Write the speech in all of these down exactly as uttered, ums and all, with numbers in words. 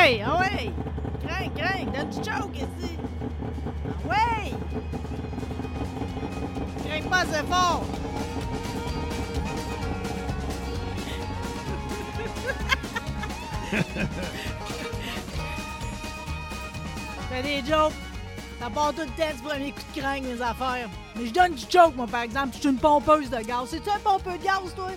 ouais, ah ouais! Crank, crank, donne du choke ici! Ah ouais! Crank pas assez fort! Fais des jokes! Ça part tout le temps du premier coup de crank, mes affaires. Mais je donne du choke, moi, par exemple. Je suis une pompeuse de gaz. C'est-tu un pompeux de gaz, toi?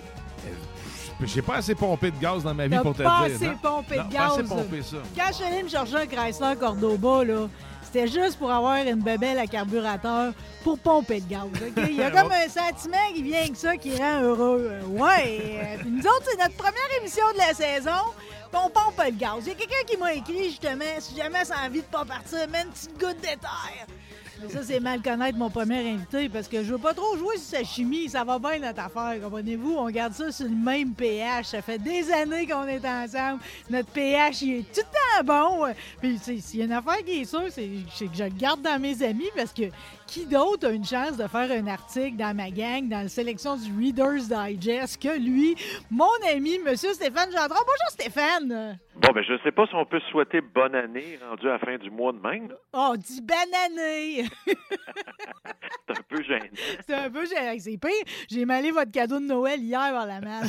J'ai pas assez pompé de gaz dans ma vie T'as pour te pas dire. assez non? pompé Non, de pas gaz. assez pompé ça. Quand je suis allée me chercher un Chrysler Cordoba, là, c'était juste pour avoir une bébelle à carburateur pour pomper de gaz. Okay? Il y a comme un sentiment qui vient avec ça qui rend heureux. Euh, Ouais. Puis nous autres, c'est notre première émission de la saison. Puis on pompe le gaz. Il y a quelqu'un qui m'a écrit, justement, si jamais ça a envie de pas partir, mets une petite goutte de terre. Mais ça, c'est mal connaître mon premier invité parce que je veux pas trop jouer sur sa chimie. Ça va bien notre affaire, comprenez-vous? On garde ça sur le même pH. Ça fait des années qu'on est ensemble. Notre pH, il est tout le temps bon. Puis, s'il y a une affaire qui est sûre, c'est c'est que je le garde dans mes amis parce que qui d'autre a une chance de faire un article dans ma gang, dans la sélection du Reader's Digest que lui, mon ami, M. Stéphane Gendron. Bonjour, Stéphane! Bon, ben, je sais pas si on peut se souhaiter bonne année rendu à la fin du mois de même. Oh, dis bonne année! C'est un peu gênant. C'est un peu gênant. C'est pire. J'ai malé votre cadeau de Noël hier par la malle.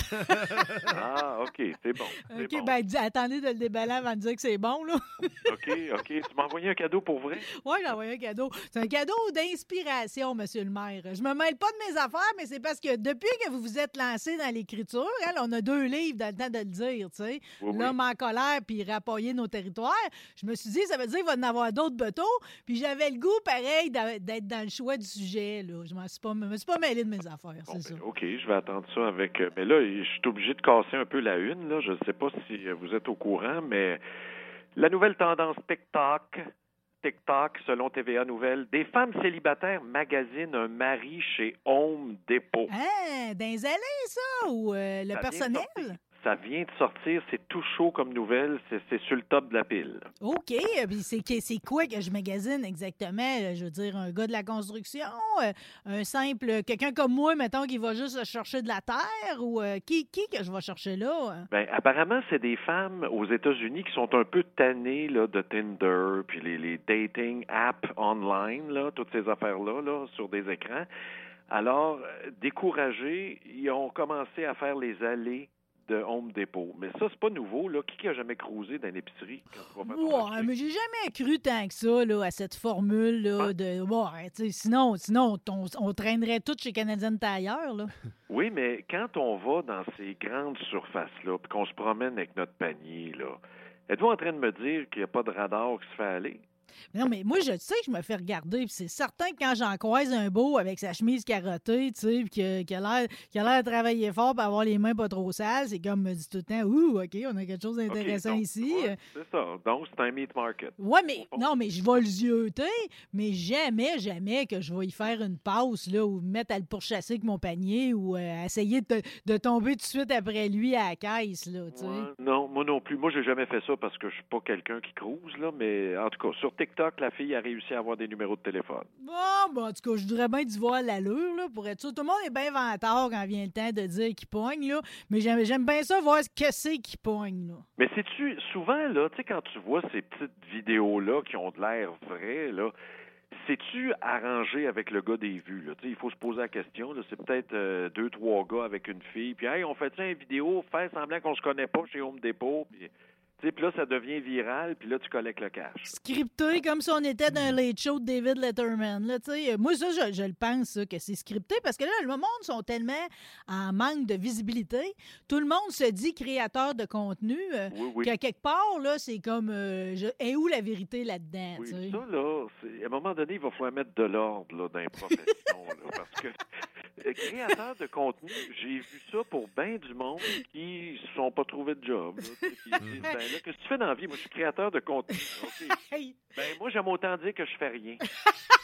Ah, OK, c'est bon. c'est OK, bon. ben dis- attendez de le déballer avant de dire que c'est bon, là. OK, OK. Tu m'as envoyé un cadeau pour vrai? Oui, j'ai envoyé un cadeau. C'est un cadeau d'inspiration, monsieur le maire. Je me mêle pas de mes affaires, mais c'est parce que depuis que vous vous êtes lancé dans l'écriture, hein, là, on a deux livres dans le temps de le dire, tu sais. Oui, oui. L'homme en colère puis rapporter nos territoires. Je me suis dit, ça veut dire qu'il va y en avoir d'autres bateaux. Puis j'avais le goût, pareil, d'a- d'être dans le choix du sujet, là. Je m'en suis pas, me suis pas mêlé de mes affaires, Bon, c'est ben, ça. OK, je vais attendre ça avec... euh, Mais là, je suis obligé de casser un peu la une, là. Je ne sais pas si euh, vous êtes au courant, mais la nouvelle tendance TikTok... TikTok, selon T V A Nouvelles, des femmes célibataires magasinent un mari chez Home Depot. Ah, dans les allées, ça, ou euh, le Ça vient de personnel? sortir. Ça vient de sortir, c'est tout chaud comme nouvelle, c'est, c'est sur le top de la pile. OK. euh, Puis c'est, que- c'est quoi que je magasine exactement? Euh, Je veux dire, un gars de la construction, euh, un simple, quelqu'un comme moi, mettons, qui va juste chercher de la terre, ou euh, qui, qui que je vais chercher là? hein? Ben, apparemment, c'est des femmes aux États-Unis qui sont un peu tannées là, de Tinder, puis les, les dating apps online, là, toutes ces affaires-là, là, sur des écrans. Alors, euh, découragés, ils ont commencé à faire les allées de Home Depot. Mais ça, c'est pas nouveau, là. Qui qui a jamais cruisé dans une épicerie quand tu vas faire ton Ouais, épicerie? mais j'ai jamais cru tant que ça là, à cette formule-là de. Ouais, tu sais, sinon, sinon on, on traînerait tout chez Canadian Tire, là. Oui, mais quand on va dans ces grandes surfaces-là, puis qu'on se promène avec notre panier, là, êtes-vous en train de me dire qu'il n'y a pas de radar qui se fait aller? Mais non, mais moi, je sais que je me fais regarder. Puis c'est certain que quand j'en croise un beau avec sa chemise carottée, tu sais, puis que- qu'il a l'air qu'il a l'air de travailler fort pour avoir les mains pas trop sales, c'est comme me dit tout le temps, ouh, OK, on a quelque chose d'intéressant OK, donc, ici. ouais, c'est ça. Donc, c'est un meat market. Ouais, mais non, mais je vais le zioter, mais jamais, jamais que je vais y faire une passe, là, ou me mettre à le pourchasser avec mon panier ou euh, essayer de, de tomber tout de suite après lui à la caisse, là, tu sais. Ouais, non, moi non plus. Moi, j'ai jamais fait ça parce que je suis pas quelqu'un qui cruise, là, mais en tout cas, sur TikTok, la fille a réussi à avoir des numéros de téléphone. Bon, ben, en tout cas, je voudrais bien d'y voir l'allure, là, pour être sûr. Tout le monde est bien vantard quand vient le temps de dire qu'il pogne, là, mais j'aime, j'aime bien ça, voir ce que c'est qu'il pogne, là. Mais sais-tu, souvent, là, tu sais, quand tu vois ces petites vidéos-là qui ont de l'air vraies, là, sais-tu arrangé avec le gars des vues, là? Tu sais, il faut se poser la question, là. C'est peut-être euh, deux, trois gars avec une fille, puis hey, on fait ça une vidéo, faire semblant qu'on se connaît pas chez Home Depot, puis... Tu sais, puis là, ça devient viral, puis là, tu collectes le cash. Scripté comme si on était dans un late show de David Letterman. Là, tu sais. Moi, ça, je, je le pense, ça, que c'est scripté, parce que là, le monde sont tellement en manque de visibilité. Tout le monde se dit créateur de contenu, euh, Oui, oui. qu'à quelque part, là, c'est comme, euh, je, est où la vérité là-dedans? Oui, tu sais? ça, là, c'est, à un moment donné, il va falloir mettre de l'ordre là, dans les professions, là, parce que euh, créateur de contenu, j'ai vu ça pour bien du monde qui se sont pas trouvés de job. Là, tu sais, puis ils disent, ben là, qu'est-ce que tu fais dans la vie? Moi, je suis créateur de contenu. OK. Hey, Ben, moi, j'aime autant dire que je fais rien.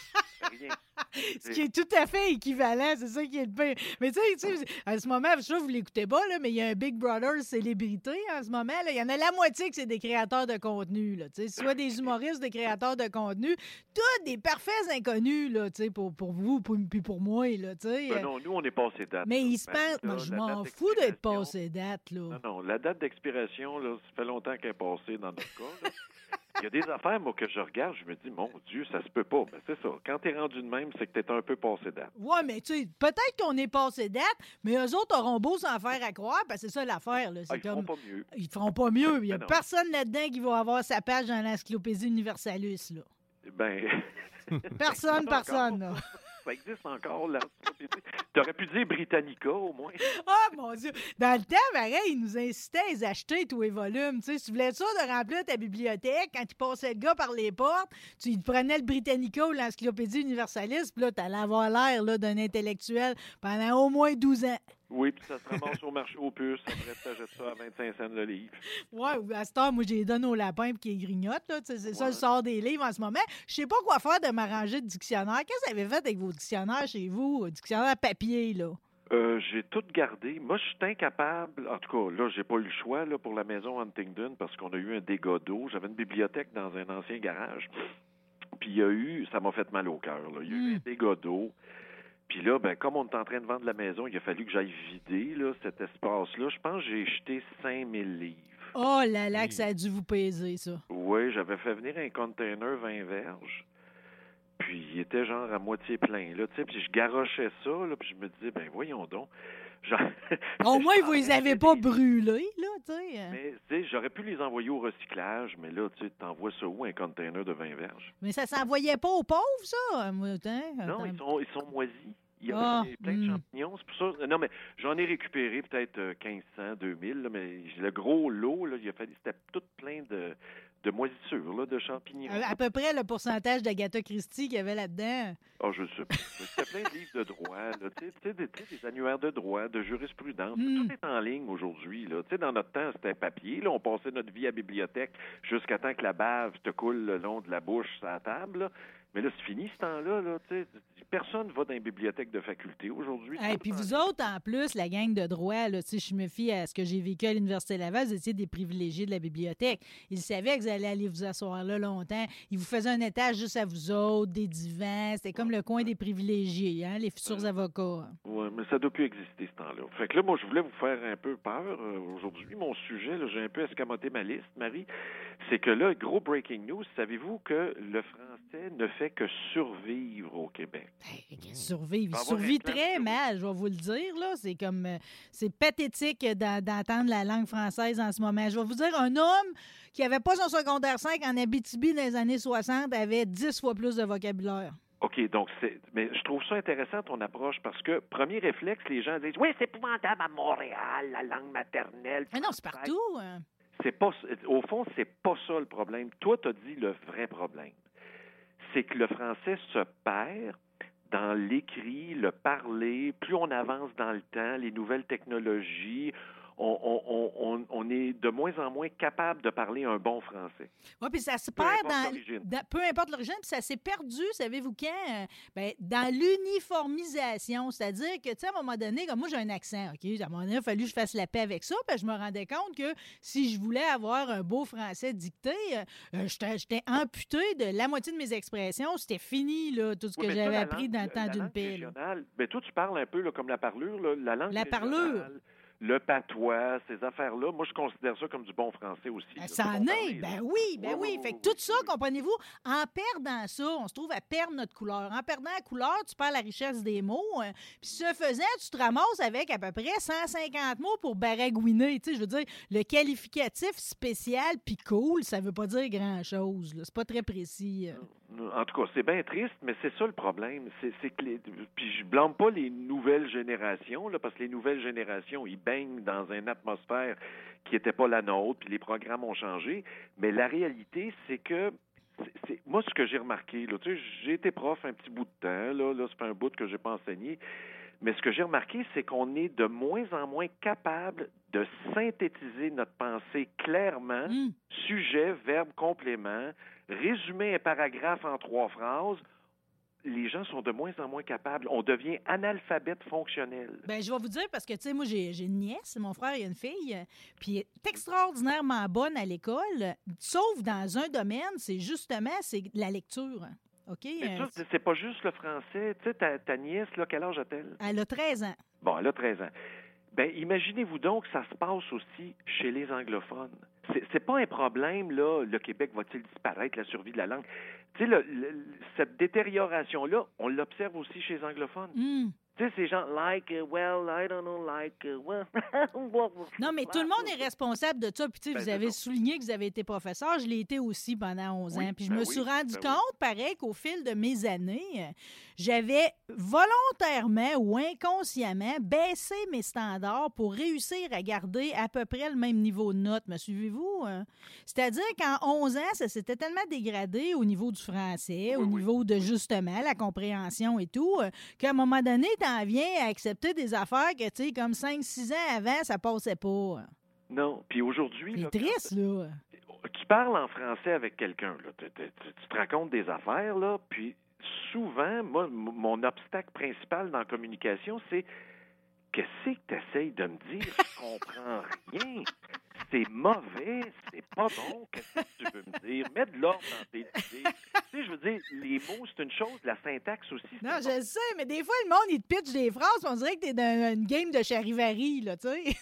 rien. Ce qui est tout à fait équivalent, c'est ça qui est le pire. Mais tu sais, tu sais, en ce moment, je sais que vous l'écoutez pas, là, mais il y a un Big Brother célébrité en ce moment. Là. Il y en a la moitié que c'est des créateurs de contenu. Là, tu sais, soit des humoristes, des créateurs de contenu, tous des parfaits inconnus là, tu sais, pour, pour vous pour, puis pour moi. Là, tu sais. Ben non, nous, on est passé date. Mais là. ils se Ben, pensent... là, Ben, je la m'en date fous d'être d'expiration- passé date. Là. Non, non, la date d'expiration, là, ça fait longtemps qu'elle est passée dans notre cas. Là. Il y a des affaires, moi, que je regarde, je me dis, mon Dieu, ça se peut pas. Ben, c'est ça. Quand t'es rendu de même, c'est que t'es un peu passé date. Ouais, mais tu sais, peut-être qu'on est passé date, mais eux autres auront beau s'en faire à croire, parce que c'est ça l'affaire. Là. C'est Ah, ils comme... feront pas mieux. Ils feront pas mieux. Il n'y a Ben non. personne là-dedans qui va avoir sa page dans l'Encyclopédie Universalis. Là. Ben, Personne, Ça personne. encore. Là. ça existe encore, là. T'aurais pu dire Britannica, au moins. Oh mon Dieu! Dans le temps, pareil, ils nous incitaient à les acheter tous les volumes. Tu sais, si tu voulais être sûr de remplir ta bibliothèque, quand il passait le gars par les portes, tu il prenais le Britannica ou l'Encyclopédie Universalis, puis là, t'allais avoir l'air là, d'un intellectuel pendant au moins douze ans. Oui, puis ça se ramasse au marché aux puces. Après, tu achètes ça à vingt-cinq cents le livre. Ouais, à cette heure, moi, j'ai les donne au lapin puis qui grignote. Là. Tu sais, c'est ça Ouais. le sort des livres en ce moment. Je sais pas quoi faire de m'arranger de dictionnaire. Qu'est-ce que vous avez fait avec vos dictionnaires chez vous? Dictionnaire papier, là. Euh, j'ai tout gardé. Moi, je suis incapable. En tout cas, là, j'ai pas eu le choix là, pour la maison Huntingdon parce qu'on a eu un dégât d'eau. J'avais une bibliothèque dans un ancien garage. Puis il y a eu, ça m'a fait mal au cœur. là. Il y a eu Mm. un dégât d'eau. Puis là, ben, comme on est en train de vendre la maison, il a fallu que j'aille vider là, cet espace-là. Je pense que j'ai jeté cinq mille livres. Oh là là, que ça a dû vous peser, ça. Oui, j'avais fait venir un container vingt verges. Puis il était genre à moitié plein, là, tu sais, puis je garochais ça, là, puis je me disais, ben voyons donc. Genre- Au moins, Je vous les parlais avez de pas des- brûlés, là, tu sais. Mais, tu sais, j'aurais pu les envoyer au recyclage, mais là, tu sais, t'envoies ça où, un container de vingt verges? Mais ça s'envoyait pas aux pauvres, ça? Moi, hein? Non, Attends. ils sont, ils sont moisis. Il y a Ah, plein de hmm. champignons, c'est pour ça. Non, mais j'en ai récupéré peut-être euh, quinze cents, deux mille, là, mais le gros lot, là, il a fallu, c'était tout plein de, de moisissures, là, de champignons. À, à peu près le pourcentage d'Agatha Christie qu'il y avait là-dedans. Ah, je sais pas. C'était plein de livres de droit, là, tu sais, tu sais, des, tu sais, des annuaires de droit, de jurisprudence. Mm. Tout est en ligne aujourd'hui, là. Tu sais, dans notre temps, c'était papier, là. On passait notre vie à la bibliothèque jusqu'à temps que la bave te coule le long de la bouche sur la table, là. Mais là, c'est fini ce temps-là, là. Tu sais, personne va dans les bibliothèques de faculté aujourd'hui. Et puis vous autres, en plus, la gang de droit, là, si je me fie à ce que j'ai vécu à l'Université Laval, vous étiez des privilégiés de la bibliothèque. Ils savaient que vous alliez aller vous asseoir là longtemps. Ils vous faisaient un étage juste à vous autres, des divans. C'était comme le coin des privilégiés, hein, les futurs avocats. Oui, mais ça ne doit plus exister ce temps-là. Fait que là, moi, je voulais vous faire un peu peur euh, aujourd'hui. Mon sujet, là, j'ai un peu escamoté ma liste, Marie. C'est que là, gros breaking news, savez-vous que le français ne fait que survivre au Québec? Hey, survivre. Il va avoir survit un plan très de- mal, je vais vous le dire. Là. C'est comme euh, c'est pathétique d'en- d'entendre la langue française en ce moment. Je vais vous dire, un homme qui n'avait pas son secondaire cinq en Abitibi dans les années soixante avait dix fois plus de vocabulaire. OK, donc c'est. Mais je trouve ça intéressant ton approche parce que premier réflexe, les gens disent oui, c'est épouvantable à Montréal, la langue maternelle. Mais non, c'est partout. hein. C'est pas. Au fond, c'est pas ça le problème. Toi, tu as dit le vrai problème. C'est que le français se perd dans l'écrit, le parler. Plus on avance dans le temps, les nouvelles technologies, on, on, on, on est de moins en moins capable de parler un bon français. Oui, puis ça se Peu perd importe dans, l'origine. dans- Peu importe l'origine, puis ça s'est perdu, savez-vous quand? Euh, Ben, dans l'uniformisation. C'est-à-dire que, tu sais, à un moment donné, comme moi, j'ai un accent, OK? À un moment donné, il a fallu que je fasse la paix avec ça, puis je me rendais compte que si je voulais avoir un beau français dicté, euh, euh, j'étais j'étais amputé de la moitié de mes expressions. C'était fini, là, tout ce Oui, que mais ça, j'avais la appris langue- dans le temps la d'une langue paix. là. régionale, ben, toi, tu parles un peu là, comme la parlure, là, la langue La régionale, parlure. le patois, ces affaires-là. Moi, je considère ça comme du bon français aussi. Ben, là, ça du en bon est, parler, là. ben oui, ben Oui, oui. oui, Fait que oui, tout oui, ça, oui. comprenez-vous, en perdant ça, on se trouve à perdre notre couleur. En perdant la couleur, tu perds la richesse des mots. hein. Puis ce faisant, tu te ramasses avec à peu près cent cinquante mots pour baragouiner. Tu sais, je veux dire, le qualificatif spécial puis cool, ça veut pas dire grand-chose. là. C'est pas très précis. euh. En tout cas, c'est bien triste, mais c'est ça le problème. C'est, c'est que les... Puis je blâme pas les nouvelles générations, là, parce que les nouvelles générations, ils baignent dans une atmosphère qui n'était pas la nôtre, puis les programmes ont changé. Mais la réalité, c'est que c'est, c'est- moi, ce que j'ai remarqué, là, tu sais, j'ai été prof un petit bout de temps, là, là, ça fait un bout que j'ai pas enseigné. Mais ce que j'ai remarqué, c'est qu'on est de moins en moins capable de synthétiser notre pensée clairement, Hum. sujet, verbe, complément, résumer un paragraphe en trois phrases. les gens sont de moins en moins capables. On devient analphabète fonctionnel. Ben, je vais vous dire, parce que, tu sais, moi, j'ai, j'ai une nièce, mon frère, il a une fille, euh, puis elle est extraordinairement bonne à l'école, sauf dans un domaine, c'est justement, c'est la lecture. OK? Mais Euh, ça, c'est pas juste le français. Tu sais, ta, ta nièce, là, quel âge a-t-elle? elle a treize ans. Bon, elle a treize ans. Ben, imaginez-vous donc que ça se passe aussi chez les anglophones. C'est, c'est pas un problème, là, le Québec va-t-il disparaître, la survie de la langue. Tu sais, le- le- cette détérioration-là, on l'observe aussi chez les anglophones. Hmm. Tu sais, ces gens, like, uh, well, I don't know, like, uh, well... Non, mais tout le monde est responsable de ça. Puis, tu sais, Ben, vous c'est avez ça. souligné que vous avez été professeur. Je l'ai été aussi pendant onze Oui, ans. Puis, je ben me oui, suis rendu ben oui. compte, pareil, qu'au fil de mes années, euh, j'avais volontairement ou inconsciemment baissé mes standards pour réussir à garder à peu près le même niveau de note. Me suivez-vous? hein? C'est-à-dire qu'en onze ans, ça s'était tellement dégradé au niveau du français, au Oui, oui. niveau de, justement, la compréhension et tout, euh, qu'à un moment donné, t'en viens à accepter des affaires que, tu sais, comme cinq six ans avant, ça passait pas. Non, puis aujourd'hui... C'est là, triste, là. quand tu parles en français avec quelqu'un, là, tu, tu- tu- tu te racontes des affaires, là, puis souvent, moi, m- mon obstacle principal dans la communication, c'est qu'est-ce que tu essayes de me dire? Je comprends rien. C'est mauvais, c'est pas bon. Qu'est-ce que tu veux me dire? Mets de l'ordre dans tes idées. Tu sais, je veux dire, les mots, c'est une chose, la syntaxe aussi, c'est Non, une je le sais, mais des fois, le monde, il te pitch des phrases, puis on dirait que t'es dans une game de charivari, là, tu sais.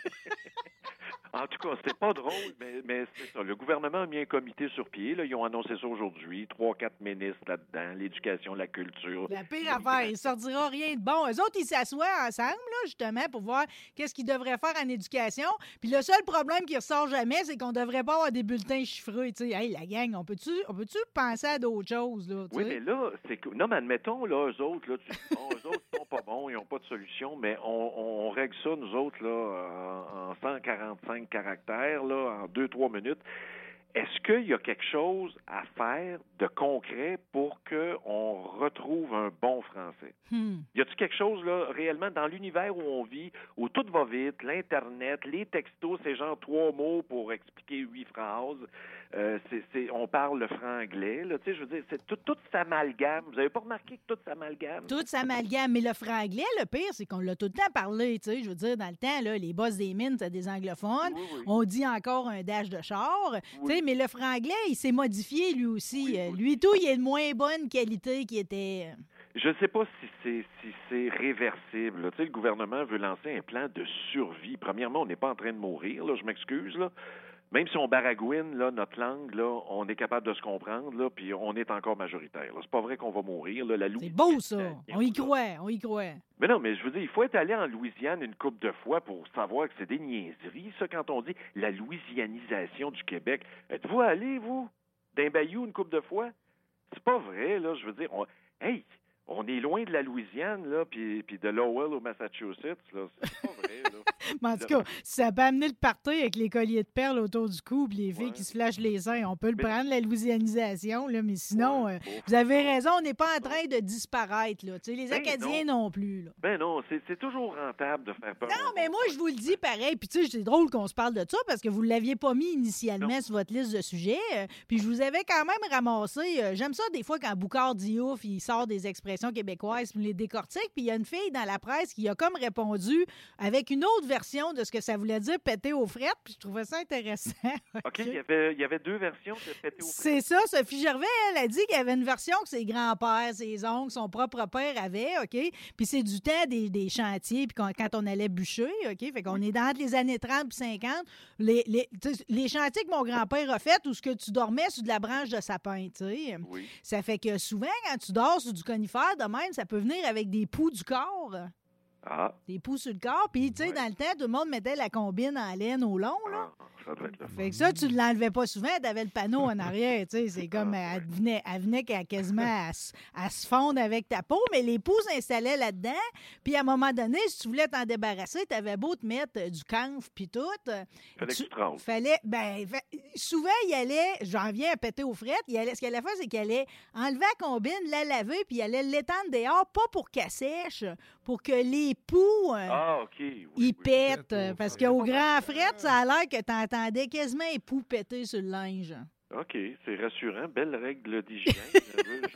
En tout cas, c'était pas drôle, mais, mais c'est ça. Le gouvernement a mis un comité sur pied. Là. Ils ont annoncé ça aujourd'hui. Trois, quatre ministres là-dedans. L'éducation, la culture. La pire affaire, il ne sortira rien de bon. Eux autres, ils s'assoient ensemble, là, justement, pour voir qu'est-ce qu'ils devraient faire en éducation. Puis le seul problème qui ressort jamais, c'est qu'on devrait pas avoir des bulletins chiffrés. Tu sais, hey, la gang, on peut-tu, on peut-tu penser à d'autres choses, là? tu Oui, sais? mais là, c'est que. Non, mais admettons, là, eux autres, là, tu dis, bon, eux autres, ils sont pas bons, ils n'ont pas de solution, mais on, on règle ça, nous autres, là, en, en cent quarante-cinq caractères, là, en deux, trois minutes. Est-ce qu'il y a quelque chose à faire de concret pour qu'on retrouve un bon français? Hmm. Y a-t-il quelque chose, là, réellement, dans l'univers où on vit, où tout va vite, l'Internet, les textos, c'est genre trois mots pour expliquer huit phrases, euh, c'est, c'est, on parle le franglais, là, tu sais, je veux dire, c'est tout, tout s'amalgame. Vous avez pas remarqué que tout s'amalgame? Tout s'amalgame. Mais le franglais, le pire, c'est qu'on l'a tout le temps parlé. Tu sais, je veux dire, dans le temps, là, les boss des mines, c'est des anglophones. Oui, oui. On dit encore un dash de char. Tu sais, mais le franglais, il s'est modifié lui aussi. Oui, Euh, oui. Lui tout, il est de moins bonne qualité qu'il était. Je ne sais pas si c'est si c'est réversible. là. Tu sais, le gouvernement veut lancer un plan de survie. Premièrement, on n'est pas en train de mourir, là, je m'excuse, là. Même si on baragouine là, notre langue, là, on est capable de se comprendre, là, puis on est encore majoritaire. Là. C'est pas vrai qu'on va mourir. Là. La C'est Louisiane, beau, ça. euh, On y là. croit, on y croit. Mais non, mais je veux dire, il faut être allé en Louisiane une couple de fois pour savoir que c'est des niaiseries, ça, quand on dit la louisianisation du Québec. Êtes-vous allé, vous, d'un bayou une couple de fois? C'est pas vrai, là, je veux dire, on... hey, on est loin de la Louisiane, là, puis, puis de Lowell au Massachusetts, là, c'est pas vrai, là. Mais en tout cas, si ça peut amener le party avec les colliers de perles autour du cou et les filles Ouais. qui se flashent les seins, on peut le Mais- prendre, la louisianisation, là, mais sinon, Ouais, euh, bon. vous avez raison, on n'est pas en train de disparaître. Là. Tu sais, les Ben Acadiens non, plus. Là. Ben non, c'est, c'est toujours rentable de faire peur. Non, au mais monde. moi, je vous le dis pareil. Puis, tu sais, c'est drôle qu'on se parle de ça parce que vous ne l'aviez pas mis initialement Non. sur votre liste de sujets. Euh, Puis, je vous avais quand même ramassé. euh, J'aime ça des fois quand Boucard dit ouf, il sort des expressions québécoises, puis il les décortique. Puis, il y a une fille dans la presse qui a comme répondu avec une autre version de ce que ça voulait dire péter aux frettes. Puis, je trouvais ça intéressant. OK, il y avait, il y avait deux versions de péter au C'est ça, Sophie Gervais, elle a dit qu'il y avait une version que ses grands-pères, ses oncles, son propre père avaient, OK? Puis c'est du temps des, des chantiers, puis quand, quand on allait bûcher, OK? Fait qu'on est dans les années trente puis cinquante. Les, les, tu sais, les chantiers que mon grand-père a fait, où ce que tu dormais sur de la branche de sapin, tu sais. Oui. Ça fait que souvent, quand tu dors sur du conifère, de même, ça peut venir avec des poux du corps. Ah, Des poux sur le corps. Puis, tu sais, Ouais. dans le temps, tout le monde mettait la combine en laine au long, là. ah, ça doit être le Fait que ça, tu ne l'enlevais pas souvent, t'avais le panneau en arrière, tu sais, c'est comme, Ah, elle venait, elle venait qu'à- quasiment à, s- à se fondre avec ta peau, mais les poux s'installaient là-dedans, puis à un moment donné, si tu voulais t'en débarrasser, t'avais beau te mettre euh, du camphre puis tout, euh, Fallait que tu- tu te rentres. fallait, ben, fa- souvent, il allait, j'en viens à péter aux frettes, il allait, ce qu'il allait faire, c'est qu'il allait enlever la combine, la laver, puis il allait l'étendre dehors, pas pour qu'elle sèche, pour que les poux... euh, Ah, OK. Oui, ils oui. pètent, pètent, euh, oh, parce ça qu'au va. grand fret, ça a l'air que t'entendais quasiment les poux péter sur le linge. OK, c'est rassurant. Belle règle d'hygiène. Je- je- je suis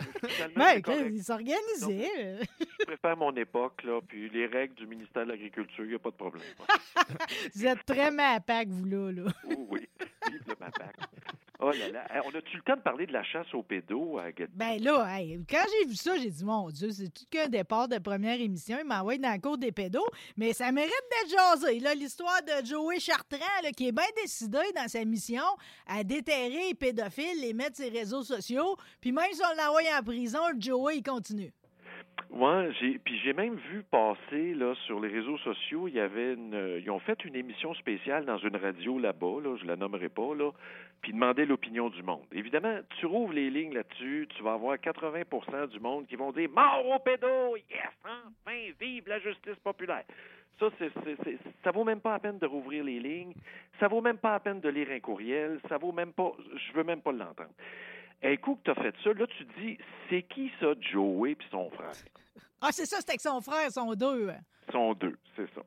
finalement, Ben, c'est correct. ils s'organisaient. Je préfère mon époque, là, puis les règles du ministère de l'Agriculture, il n'y a pas de problème. Vous êtes très mapac, vous, là. là. Oh, oui, vive le mapac. Oh là là. On a-tu le temps de parler de la chasse aux pédos à Gatineau? Ben là, hey, quand j'ai vu ça, j'ai dit, mon Dieu, c'est tout qu'un départ de première émission. Il m'envoie dans la cour des pédos, mais ça mérite d'être jasé. Là, l'histoire de Joey Chartrand, là, qui est bien décidé dans sa mission à déterrer les pédophiles, les mettre sur les réseaux sociaux, puis même si on l'envoie en prison, le Joey, il continue. Ouais, j'ai puis j'ai même vu passer là sur les réseaux sociaux, il y avait une ils ont fait une émission spéciale dans une radio là-bas, là, je la nommerai pas là, puis demandaient l'opinion du monde. Évidemment, tu rouvres les lignes là-dessus, tu vas avoir quatre-vingts pour cent du monde qui vont dire mort aux pédos, yes, enfin, vive la justice populaire. Ça, c'est, c'est, c'est, ça vaut même pas la peine de rouvrir les lignes, ça vaut même pas la peine de lire un courriel, ça vaut même pas, je veux même pas l'entendre. Un coup que tu as fait ça, là, tu te dis, c'est qui ça, Joey puis son frère? Ah, c'est ça, c'était avec son frère, son deux. Ils sont deux, c'est ça.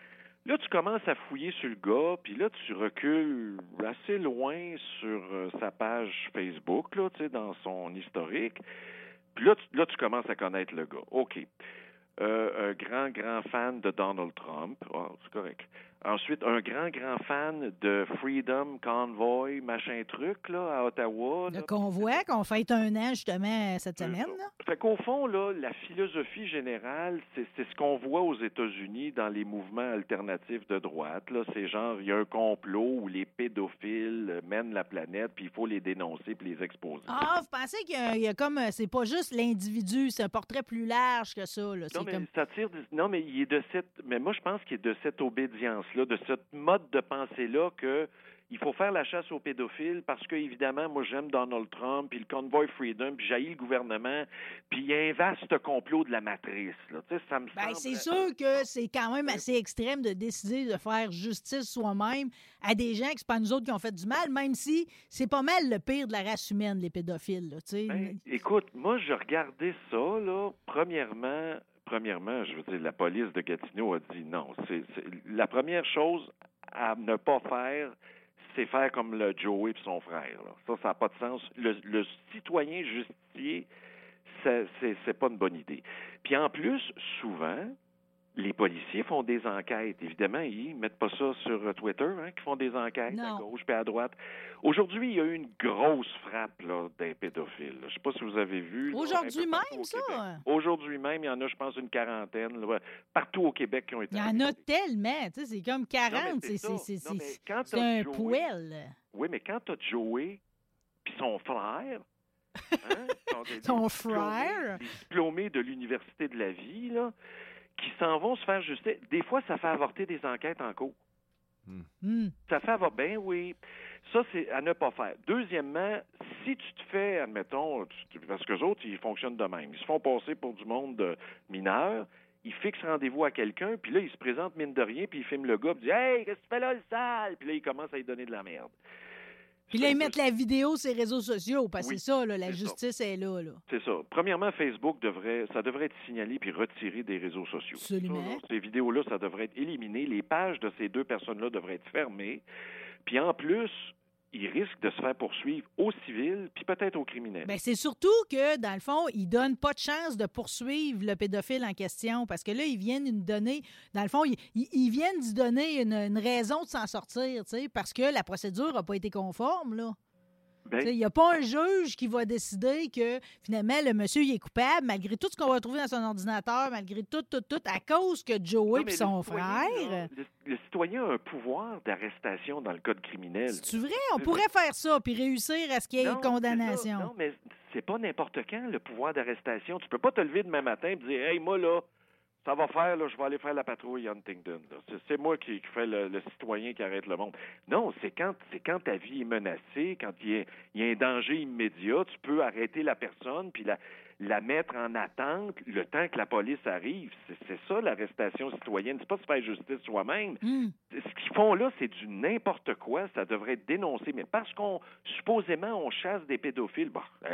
Là, tu commences à fouiller sur le gars, puis là, tu recules assez loin sur euh, sa page Facebook, là, tu sais, dans son historique. Puis là, tu, là, tu commences à connaître le gars. OK. Euh, un grand, grand fan de Donald Trump. Oh, c'est correct. Ensuite, un grand, grand fan de Freedom Convoy, machin truc, là, à Ottawa. Le là. convoi qu'on fête un an, justement, cette semaine. Là. Fait qu'au fond, là, la philosophie générale, c'est, c'est ce qu'on voit aux États-Unis dans les mouvements alternatifs de droite. Là. C'est genre, il y a un complot où les pédophiles mènent la planète, puis il faut les dénoncer puis les exposer. Ah, vous pensez qu'il y a, il y a comme... C'est pas juste l'individu, c'est un portrait plus large que ça. Là. C'est Non, mais comme... ça tire du- non, mais il est de cette. Mais moi, je pense qu'il est de cette obédience-là, de ce mode de pensée-là que il faut faire la chasse aux pédophiles parce que, évidemment, moi, j'aime Donald Trump, puis le Convoy Freedom, puis j'haïs le gouvernement, puis il y a un vaste complot de la matrice. Là. Tu sais, ça me Ben, semble... c'est sûr que c'est quand même assez extrême de décider de faire justice soi-même à des gens que c'est pas nous autres qui ont fait du mal, même si c'est pas mal le pire de la race humaine, les pédophiles. Là, tu sais. Ben, écoute, moi, je regardais ça, là, premièrement... Premièrement, je veux dire, la police de Gatineau a dit non. C'est, c'est, la première chose à ne pas faire, c'est faire comme le Joey et son frère. Là. Ça, ça n'a pas de sens. Le, le citoyen justicier, ça, c'est, c'est pas une bonne idée. Puis en plus, souvent, les policiers font des enquêtes. Évidemment, ils mettent pas ça sur Twitter, hein, qu'ils font des enquêtes Non. à gauche puis à droite. Aujourd'hui, il y a eu une grosse frappe là, d'un pédophile. Je sais pas si vous avez vu. là, Aujourd'hui un peu partout même, au ça? Québec. Aujourd'hui même, il y en a, je pense, une quarantaine, là, partout au Québec qui ont été Il y en a arrêtés. tellement. Tu sais, c'est comme Non, quarante. mais c'est c'est, ça. c'est, c'est, Non, mais c'est, quand c'est t'as un Joey- poêle. Oui, mais quand tu as Joey puis son frère... Hein, sont des- Son des frère? diplômés- Des diplômés de l'Université de la vie, là, qui s'en vont se faire justice. Des fois, ça fait avorter des enquêtes en cours. Hmm. Ça fait avorter. Ben oui. Ça, c'est à ne pas faire. Deuxièmement, si tu te fais, admettons, tu- parce que les autres, ils fonctionnent de même. Ils se font passer pour du monde euh, mineur. Ils fixent rendez-vous à quelqu'un, puis là, ils se présentent mine de rien, puis ils filment le gars, puis ils disent « Hey, qu'est-ce que tu fais là, le sale? » Puis là, ils commencent à lui donner de la merde. Puis là, ils mettent la vidéo sur les réseaux sociaux, parce que Oui, c'est ça, là, la c'est ça. justice est là. là. C'est ça. Premièrement, Facebook devrait, ça devrait être signalé puis retiré des réseaux sociaux. Absolument. Ça, là, ces vidéos-là, ça devrait être éliminé. Les pages de ces deux personnes-là devraient être fermées. Puis en plus, ils risquent de se faire poursuivre au civil puis peut-être au criminel. Ben, c'est surtout que, dans le fond, ils donnent pas de chance de poursuivre le pédophile en question, parce que là, ils viennent nous donner, dans le fond, ils, ils- ils viennent nous donner une, une raison de s'en sortir, tu sais, parce que la procédure n'a pas été conforme, là. Ben, Il n'y a pas un juge qui va décider que finalement le monsieur il est coupable, malgré tout ce qu'on va trouver dans son ordinateur, malgré tout, tout, tout, à cause que Joey non, mais et son le citoyen, frère. là, le, le citoyen a un pouvoir d'arrestation dans le code criminel. C'est vrai, on C'est pourrait faire ça puis réussir à ce qu'il y ait Non, une c'est condamnation. ça. Non, mais c'est pas n'importe quand, le pouvoir d'arrestation. Tu peux pas te lever demain matin et dire « Hey, moi, là, ça va faire, là, je vais aller faire la patrouille à Huntington. là. C'est, c'est moi qui, qui fais le, le citoyen qui arrête le monde. » Non, c'est quand c'est quand ta vie est menacée, quand il y a, il y a un danger immédiat, tu peux arrêter la personne puis la, la mettre en attente le temps que la police arrive. C'est, c'est ça, l'arrestation citoyenne. C'est pas se faire justice soi-même. Hum. Ce qu'ils font là, c'est du n'importe quoi. Ça devrait être dénoncé. Mais parce qu'on, supposément, on chasse des pédophiles, bah, hey,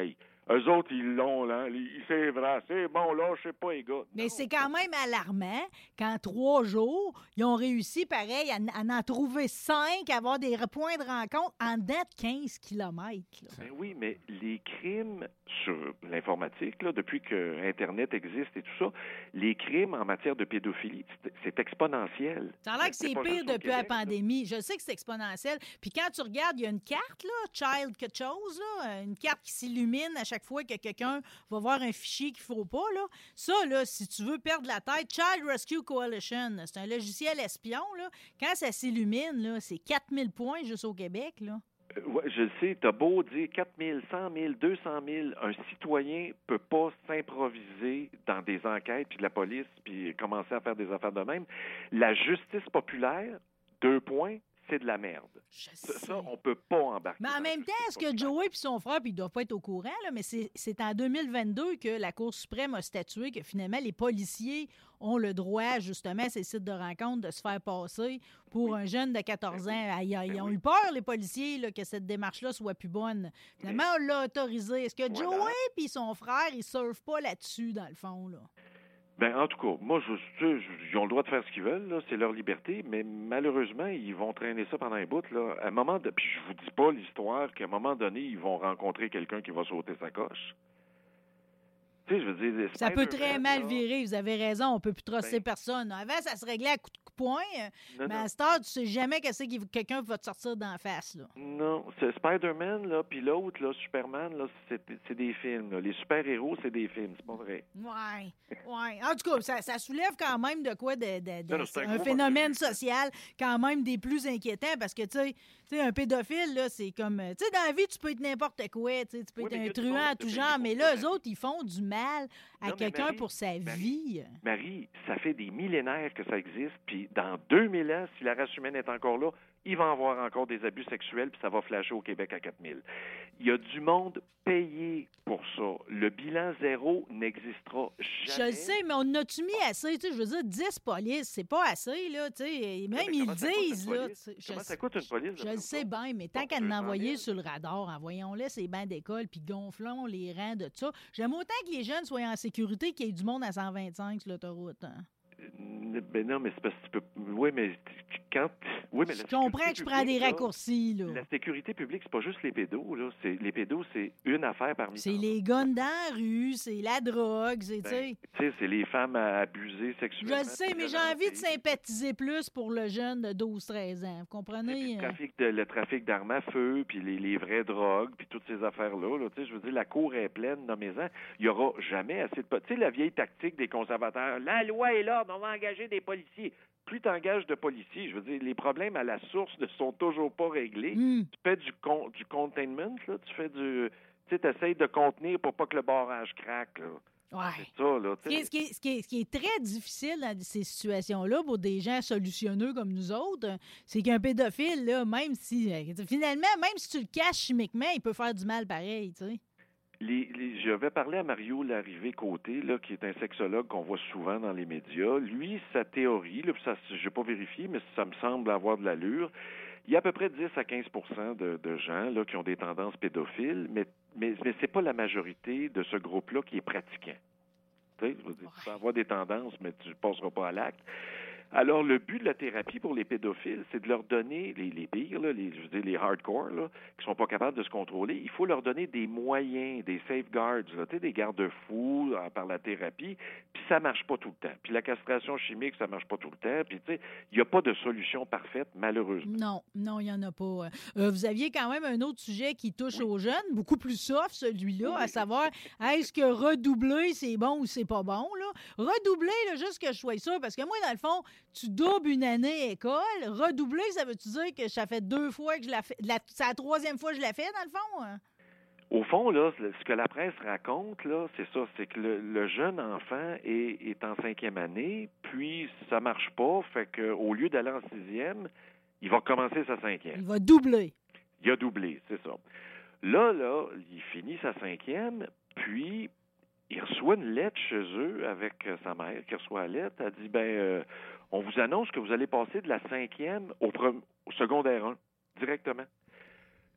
eux autres, ils l'ont, là. C'est vrai, c'est bon, là, je sais pas, les gars. Mais Non. c'est quand même alarmant qu'en trois jours, ils ont réussi, pareil, à, à en trouver cinq, à avoir des points de rencontre en dedans de quinze kilomètres. Ben oui, mais les crimes sur l'informatique, là, depuis que Internet existe et tout ça, les crimes en matière de pédophilie, c'est, c'est exponentiel. Ça a l'air que c'est, c'est pas pire juste au depuis la Québec, là. pandémie. Je sais que c'est exponentiel. Puis quand tu regardes, il y a une carte, là, Child quelque chose, là, une carte qui s'illumine à chaque fois que quelqu'un va voir un fichier qu'il ne faut pas. Là. Ça, là, si tu veux perdre la tête, Child Rescue Coalition, c'est un logiciel espion. Là. Quand ça s'illumine, là, c'est quatre mille points juste au Québec. Là. Euh, ouais, je le sais, t'as beau dire quatre mille, cent mille, deux cent mille, un citoyen peut pas s'improviser dans des enquêtes, puis de la police, puis commencer à faire des affaires de même. La justice populaire, deux points, c'est de la merde. Je Ça, sais. ça, on peut pas embarquer. Mais en dans la même temps, justice est-ce que populaire. Joey et son frère, puis ils doivent pas être au courant, là, mais c'est, c'est en deux mille vingt-deux que la Cour suprême a statué que finalement, les policiers ont le droit, justement, à ces sites de rencontres, de se faire passer pour un jeune de quatorze ans. Ah, Ils, ils ont eu peur, les policiers, là, que cette démarche-là soit plus bonne. Finalement, on l'a autorisé. Est-ce que Voilà. Joey et son frère, ils surfent pas là-dessus, dans le fond, là? Ben, en tout cas, moi, je, tu sais, ils ont le droit de faire ce qu'ils veulent, là, c'est leur liberté, mais malheureusement, ils vont traîner ça pendant un bout, là. À un moment de, puis je vous dis pas l'histoire qu'à un moment donné, ils vont rencontrer quelqu'un qui va sauter sa coche. Tu sais, je veux dire, les Ça peut Spider-Man, très mal là, virer, vous avez raison, on peut plus trosser Ben- personne. Avant, ça se réglait à coups de poing, Non, mais non. à cette heure, tu sais jamais qu'est-ce que quelqu'un va te sortir d'en face, là. Non, c'est Spider-Man, là, puis l'autre, là, Superman, là, c'est, c'est des films, là. Les super-héros, c'est des films, c'est pas vrai. Ouais, ouais. En tout cas, ça, ça soulève quand même de quoi, de, de- de- Non, non, c'est un un gros phénomène morceau. social quand même des plus inquiétants parce que, tu sais, tu sais, un pédophile, là, c'est comme, tu sais, dans la vie, tu peux être n'importe quoi, tu sais, tu peux Oui, mais il y être a un du truand monde à qui tout se genre, fait mais pour là, ça, eux Marie. autres, ils font du mal à Non, mais quelqu'un Marie, pour sa Marie, vie. Marie, ça fait des millénaires que ça existe, puis dans deux mille ans, si la race humaine est encore là, il va y avoir encore des abus sexuels, puis ça va flasher au Québec à quatre mille. Il y a du monde payé pour ça. Le bilan zéro n'existera Je jamais. le sais, mais on a-tu mis assez? Tu sais, je veux dire, dix polices, c'est pas assez, là, tu sais. et Même mais ils comment le ça coûte une disent, là. police? tu sais, je Comment ça sais- coûte une police de Je faire le sais ça? bien, mais tant Bon, qu'à deux en cent envoyer mille. sur le radar, envoyons-les ces bancs d'école, puis gonflons les rangs de ça. J'aime autant que les jeunes soient en sécurité qu'il y ait du monde à cent vingt-cinq sur l'autoroute. Hein. Euh, Ben non, mais c'est parce que tu peux. Oui, mais tu- quand. Oui, mais la Je comprends sécurité que je prends des publique, là, raccourcis, là. La sécurité publique, c'est pas juste les pédos, là. C'est, les pédos, c'est une affaire parmi C'est tant les guns dans la rue, c'est la drogue, c'est, tu Ben, sais. tu sais, c'est les femmes à abuser Je sexuellement. le sais, mais j'ai envie de sympathiser plus pour le jeune de douze treize ans. Vous comprenez? Le trafic, de, le trafic d'armes à feu, puis les, les vraies drogues, puis toutes ces affaires-là. Là, tu sais, je veux dire, la cour est pleine, nommez-en. Il n'y aura jamais assez de... Tu sais, la vieille tactique des conservateurs, la loi est l'ordre, on va engager des policiers. Plus tu engages de policiers, je veux dire, les problèmes à la source ne sont toujours pas réglés. Hum. Tu fais du, con, du containment, là, tu fais du... Tu sais, tu essaies de contenir pour pas que le barrage craque, là. Ouais. C'est ça, là. Ce qui, est, ce, qui est, ce, qui est, ce qui est très difficile dans ces situations-là pour des gens solutionneux comme nous autres, c'est qu'un pédophile, là, même si, finalement, même si tu le caches chimiquement, il peut faire du mal pareil, tu sais. Les, les, je vais parler à Mario Larrivé-Côté, là, qui est un sexologue qu'on voit souvent dans les médias. Lui, sa théorie, là, ça, je n'ai pas vérifié, mais ça me semble avoir de l'allure. Il y a à peu près dix à quinze pour cent de, de gens là, qui ont des tendances pédophiles, mais, mais, mais ce n'est pas la majorité de ce groupe-là qui est pratiquant. Tu sais, je veux dire, tu peux avoir des tendances, mais tu ne passeras pas à l'acte. Alors, le but de la thérapie pour les pédophiles, c'est de leur donner, les, les pires, là, les, je veux dire, les hardcore, là, qui sont pas capables de se contrôler, il faut leur donner des moyens, des safeguards, là, tu sais, des garde-fous euh, par la thérapie, puis ça marche pas tout le temps. Puis la castration chimique, ça marche pas tout le temps, puis tu sais, il n'y a pas de solution parfaite, malheureusement. Non, non, il n'y en a pas. Euh, vous aviez quand même un autre sujet qui touche Oui. aux jeunes, beaucoup plus soft, celui-là, Oui. à savoir, est-ce que redoubler, c'est bon ou c'est pas bon, là? Redoubler, là, juste que je sois sûr, parce que moi, dans le fond, tu doubles une année école. Redoubler, ça veut-tu dire que ça fait deux fois que je la fais? La, c'est la troisième fois que je la fais, dans le fond? Hein? Au fond, là, ce que la presse raconte, là, c'est ça, c'est que le, le jeune enfant est, est en cinquième année, puis ça marche pas, fait qu'au lieu d'aller en sixième, il va commencer sa cinquième. Il va doubler. Il a doublé, c'est ça. Là, là, il finit sa cinquième, puis il reçoit une lettre chez eux avec euh, sa mère qui reçoit la lettre. Elle dit, ben, euh, on vous annonce que vous allez passer de la cinquième au, pre- au secondaire un, directement.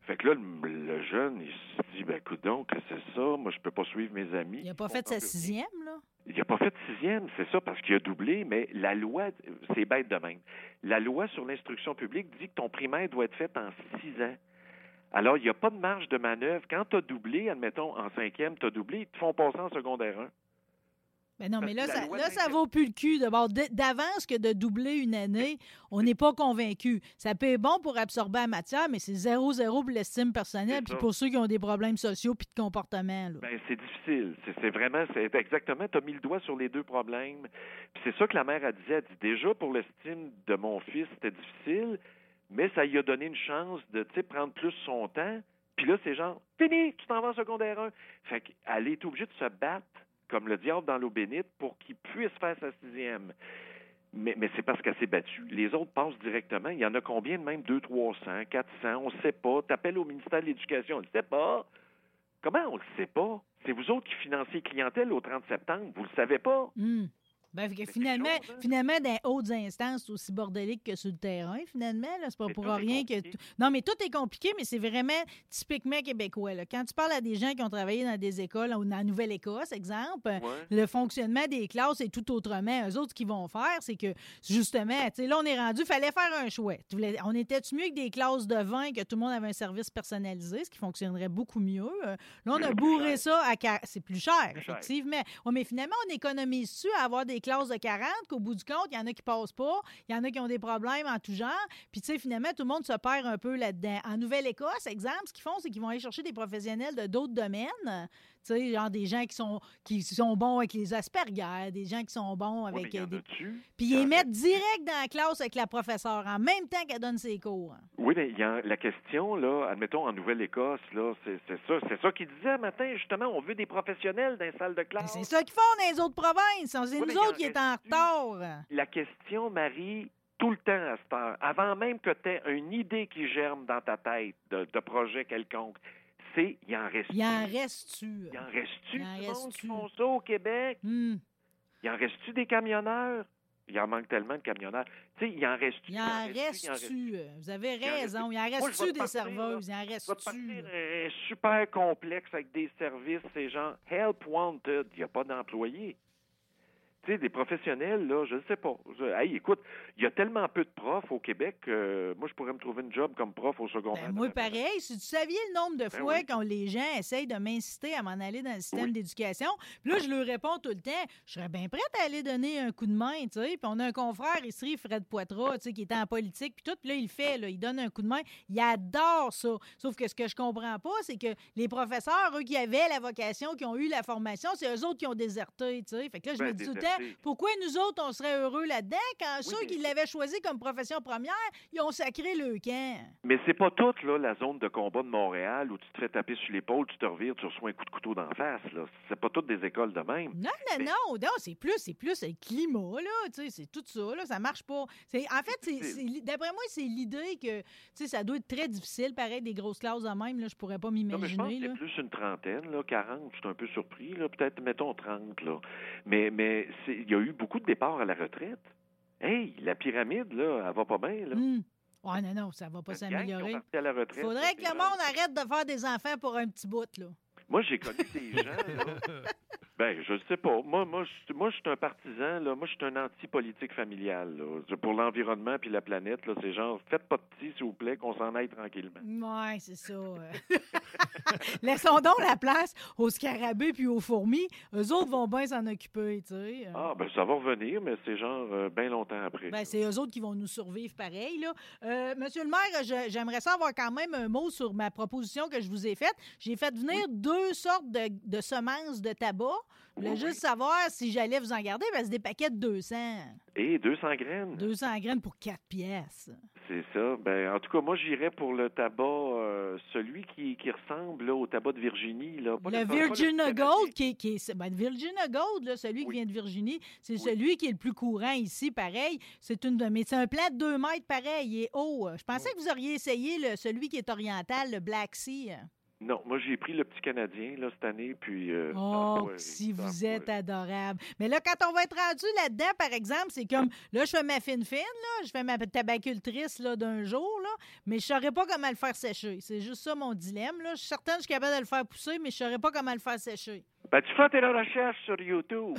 Fait que là, le, le jeune, il se dit, ben, écoute donc, que c'est ça? Moi, je peux pas suivre mes amis. Il n'a pas fait sa sixième, là? Il n'a pas fait sixième, c'est ça, parce qu'il a doublé, mais la loi, c'est bête de même. La loi sur l'instruction publique dit que ton primaire doit être fait en six ans. Alors, il n'y a pas de marge de manœuvre. Quand tu as doublé, admettons, en cinquième, tu as doublé, ils te font passer en secondaire un. Ben non, mais là, ça, loi là, ça vaut plus le cul. D'abord, d'avance que de doubler une année, on n'est pas convaincu. Ça peut être bon pour absorber la matière, mais c'est zéro zéro pour l'estime personnelle puis pour ceux qui ont des problèmes sociaux puis de comportement. Là. Ben, c'est difficile. C'est, c'est vraiment, c'est exactement, tu as mis le doigt sur les deux problèmes. Puis c'est ça que la mère a dit. Elle dit, déjà, pour l'estime de mon fils, c'était difficile, mais ça lui a donné une chance de, tu sais, prendre plus son temps. Puis là, c'est genre, fini, tu t'en vas en secondaire un. Fait qu'elle est obligée de se battre comme le diable dans l'eau bénite, pour qu'il puisse faire sa sixième. Mais, mais c'est parce qu'elle s'est battue. Les autres passent directement. Il y en a combien de même? deux, trois cents, quatre cents, on ne sait pas. T'appelles au ministère de l'Éducation, on ne le sait pas. Comment on ne le sait pas? C'est vous autres qui financez clientèle au trente septembre. Vous ne le savez pas. Mm. Ben, que finalement, chose, hein? finalement, dans les hautes instances, c'est aussi bordélique que sur le terrain, finalement. Là. C'est pas mais pour rien que... T... Non, mais tout est compliqué, mais c'est vraiment typiquement québécois. Là. Quand tu parles à des gens qui ont travaillé dans des écoles, ou dans la Nouvelle-Écosse, exemple, ouais. le fonctionnement des classes est tout autrement. Eux autres, ce qu'ils vont faire, c'est que, justement, tu sais, là, on est rendu, il fallait faire un choix. On était-tu mieux que des classes de vingt, que tout le monde avait un service personnalisé, ce qui fonctionnerait beaucoup mieux? Là, on a bourré ça à... C'est plus cher, plus effectivement. Ouais, mais finalement, on économise-tu à avoir des classes de quarante, qu'au bout du compte, il y en a qui passent pas, il y en a qui ont des problèmes en tout genre. Puis, tu sais, finalement, tout le monde se perd un peu là-dedans. En Nouvelle-Écosse, exemple, ce qu'ils font, c'est qu'ils vont aller chercher des professionnels de d'autres domaines. Tu sais, genre des gens qui sont qui sont bons avec les Asperger, des gens qui sont bons avec oui, des... Puis ils les mettent direct dans la classe avec la professeure, en même temps qu'elle donne ses cours. Oui, mais il y a la question, là, admettons, en Nouvelle-Écosse, là, c'est, c'est ça, c'est ça qu'ils disaient matin, justement, on veut des professionnels dans les salles de classe. C'est ça qu'ils font dans les autres provinces. C'est oui, nous autres qui est en retard. La question, Marie, tout le temps à cette heure, avant même que tu aies une idée qui germe dans ta tête de, de projet quelconque, c'est, il en reste-tu? Il en reste-tu? Il en reste-tu? Il en du monde qui reste-tu? font ça au Québec? Mm. Il en reste-tu des camionneurs? Il en manque tellement de camionneurs. Tu sais, il en reste-tu? Il en reste-tu? Vous avez raison. Il en reste-tu des serveuses? Il en reste-tu? Il va partir un super complexe avec des services, c'est genre Help Wanted. Il n'y a pas d'employés. Tu sais, des professionnels, là, je ne sais pas. Je, hey, écoute, il y a tellement peu de profs au Québec que euh, moi, je pourrais me trouver une job comme prof au secondaire. Ben, moi, pareil. Si tu saviez le nombre de ben fois oui. quand les gens essayent de m'inciter à m'en aller dans le système oui. d'éducation, puis là, je leur réponds tout le temps, je serais bien prête à aller donner un coup de main, tu sais. Puis on a un confrère ici, Fred Poitras, tu sais, qui était en politique, puis tout, puis là, il le fait, là, il donne un coup de main. Il adore ça. Sauf que ce que je comprends pas, c'est que les professeurs, eux, qui avaient la vocation, qui ont eu la formation, c'est eux autres qui ont déserté, tu sais. Fait que là, je ben, me dis déserté. tout le temps, pourquoi nous autres, on serait heureux là-dedans quand oui, ceux mais... qui l'avaient choisi comme profession première, ils ont sacré le camp? Mais c'est pas toute, là, la zone de combat de Montréal où tu te fais taper sur l'épaule, tu te revires, tu reçois un coup de couteau d'en face, là. C'est pas toutes des écoles de même. Non, non, mais... non, non, c'est plus, c'est plus le climat, là, tu sais, c'est tout ça, là, ça marche pas. C'est, en fait, c'est, c'est, d'après moi, c'est l'idée que, tu sais, ça doit être très difficile, pareil, des grosses classes de même, là, je pourrais pas m'imaginer, non, mais je pense là. Que c'est plus une trentaine, là, quarante, je suis un peu surpris, là, peut-être, mettons, trente, là. Mais, mais il y a eu beaucoup de départs à la retraite. Hey, la pyramide, là, elle va pas bien, là. Mm. Ouais, non, non, ça va pas s'améliorer. Il faudrait que le monde arrête de faire des enfants pour un petit bout, là. Moi, j'ai connu des gens, là. Ben, je sais pas. Moi, moi, je, moi, je suis un partisan, là. Moi, je suis un anti-politique familial, là. Pour l'environnement puis la planète, là, c'est genre, faites pas de petits, s'il vous plaît, qu'on s'en aille tranquillement. Ouais, c'est ça. Laissons donc la place aux scarabées puis aux fourmis. Eux autres vont bien s'en occuper, tu sais. Ah, ben, ça va revenir, mais c'est genre euh, bien longtemps après. Ben, c'est eux autres qui vont nous survivre pareil, là. Euh, Monsieur le maire, je, j'aimerais ça avoir quand même un mot sur ma proposition que je vous ai faite. J'ai fait venir oui. deux sortes de, de semences de tabac. Je voulais oui, juste oui. savoir si j'allais vous en garder, parce que c'est des paquets de deux cents. Et deux cents graines. deux cents graines pour quatre pièces. C'est ça. Ben, en tout cas, moi, j'irais pour le tabac, euh, celui qui, qui ressemble là, au tabac de Virginie. Là. Pas le Virginia Gold, qui est, qui est ben, Virginia Gold, là, celui oui. qui vient de Virginie, c'est oui. celui qui est le plus courant ici, pareil. C'est une de, mais c'est un plant de deux mètres, pareil, il est haut. Je pensais oui. que vous auriez essayé le, celui qui est oriental, le Black Sea. Non, moi, j'ai pris le petit Canadien là, cette année, puis... Euh, oh, ouais, si ça, vous ouais. êtes adorable. Mais là, quand on va être rendu là-dedans, par exemple, c'est comme, là, je fais ma fine-fine, là, je fais ma tabacultrice là, d'un jour, là, mais je ne saurais pas comment le faire sécher. C'est juste ça, mon dilemme. Là. Je suis certaine que je suis capable de le faire pousser, mais je ne saurais pas comment le faire sécher. Ben, tu fais tes recherches sur YouTube.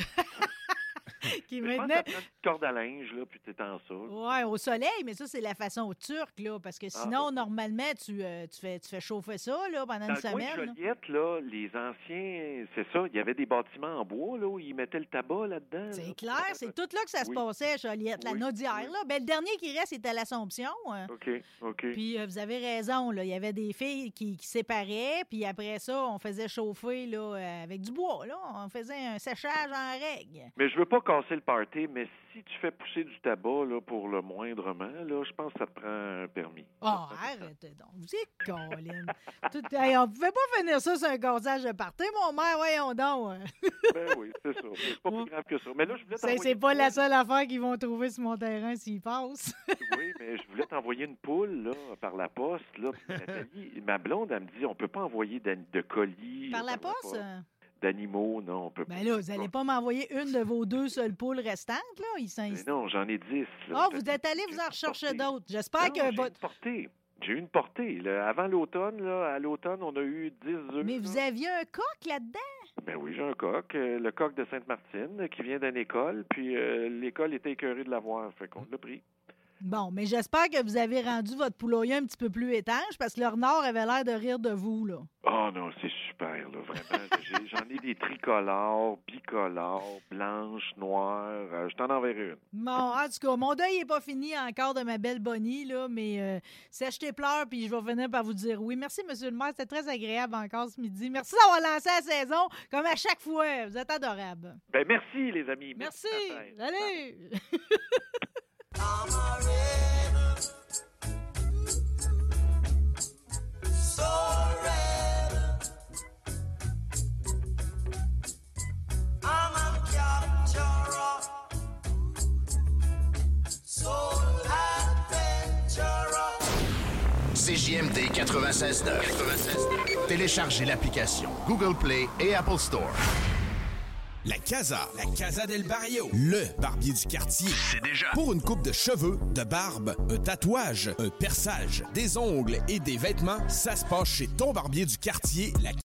Qui Je maintenant... pense que ça prend une corde à linge, là, puis t'étends ça. Oui, au soleil, mais ça, c'est la façon turque, là, parce que sinon, Ah, normalement, tu, euh, tu, fais, tu fais chauffer ça là, pendant Dans une le coin de semaine. Joliette, là, les anciens, c'est ça, il y avait des bâtiments en bois, là, où ils mettaient le tabac là-dedans. C'est là. clair, c'est tout là que ça se Oui. passait à Joliette, la Oui, Naudière. oui. Là. Ben, le dernier qui reste, c'était à l'Assomption. hein. OK, OK. Puis euh, vous avez raison, là. Il y avait des filles qui, qui séparaient, puis après ça, on faisait chauffer là, euh, avec du bois. Là. On faisait un séchage en règle. Mais je veux pas casser le party, mais si tu fais pousser du tabac là, pour le moindrement, là, je pense que ça te prend un permis. Ah, arrêtez donc. Vous êtes Colin. Tout... Hey, on pouvait pas finir ça sur un comptage de party, mon mère, voyons donc. Ben oui, c'est ça. Mais c'est pas plus grave que ça. Mais là, je voulais C'est, t'envoyer c'est une pas la poule. seule affaire qu'ils vont trouver sur mon terrain s'ils passent. Oui, mais je voulais t'envoyer une poule là, par la poste. Là. Nathalie, ma blonde, elle me dit on peut pas envoyer d'an- de colis. Par là, la poste? euh, D'animaux, non, on peut pas. Ben là, vous n'allez pas m'envoyer une de vos deux seules poules restantes, là? Ils sont... Mais non, j'en ai dix. là. Ah, Fait vous que êtes allé j'ai vous en une rechercher portée. d'autres. J'espère Non, que j'ai votre... une portée. J'ai eu une portée. là. Avant l'automne, là, à l'automne, on a eu dix œufs. Mais vous là. aviez un coq là-dedans? Ben oui, j'ai un coq, euh, le coq de Sainte-Martine, euh, qui vient d'une école, puis euh, l'école était écœurée de l'avoir, fait qu'on l'a pris. Bon, mais j'espère que vous avez rendu votre poulailler un petit peu plus étanche parce que le renard avait l'air de rire de vous, là. Oh non, c'est super, là, vraiment. J'ai- J'en ai des tricolores, bicolores, blanches, noires. Euh, je t'en enverrai une. Bon, en tout cas, mon deuil n'est pas fini encore de ma belle Bonnie, là, mais euh, sèche tes pleurs, puis je vais finir par vous dire oui. Merci, monsieur le maire, c'était très agréable encore ce midi. Merci d'avoir lancé la saison, comme à chaque fois. Vous êtes adorables. Ben merci, les amis. Merci. Bye. Salut. I'm a rebel, so rebel. I'm a capturer, so adventurer. C J M D quatre-vingt-seize neuf. Téléchargez l'application Google Play et Apple Store. La Casa, la Casa del Barrio, le barbier du quartier. C'est déjà. Pour une coupe de cheveux, de barbe, un tatouage, un perçage, des ongles et des vêtements, ça se passe chez ton barbier du quartier, la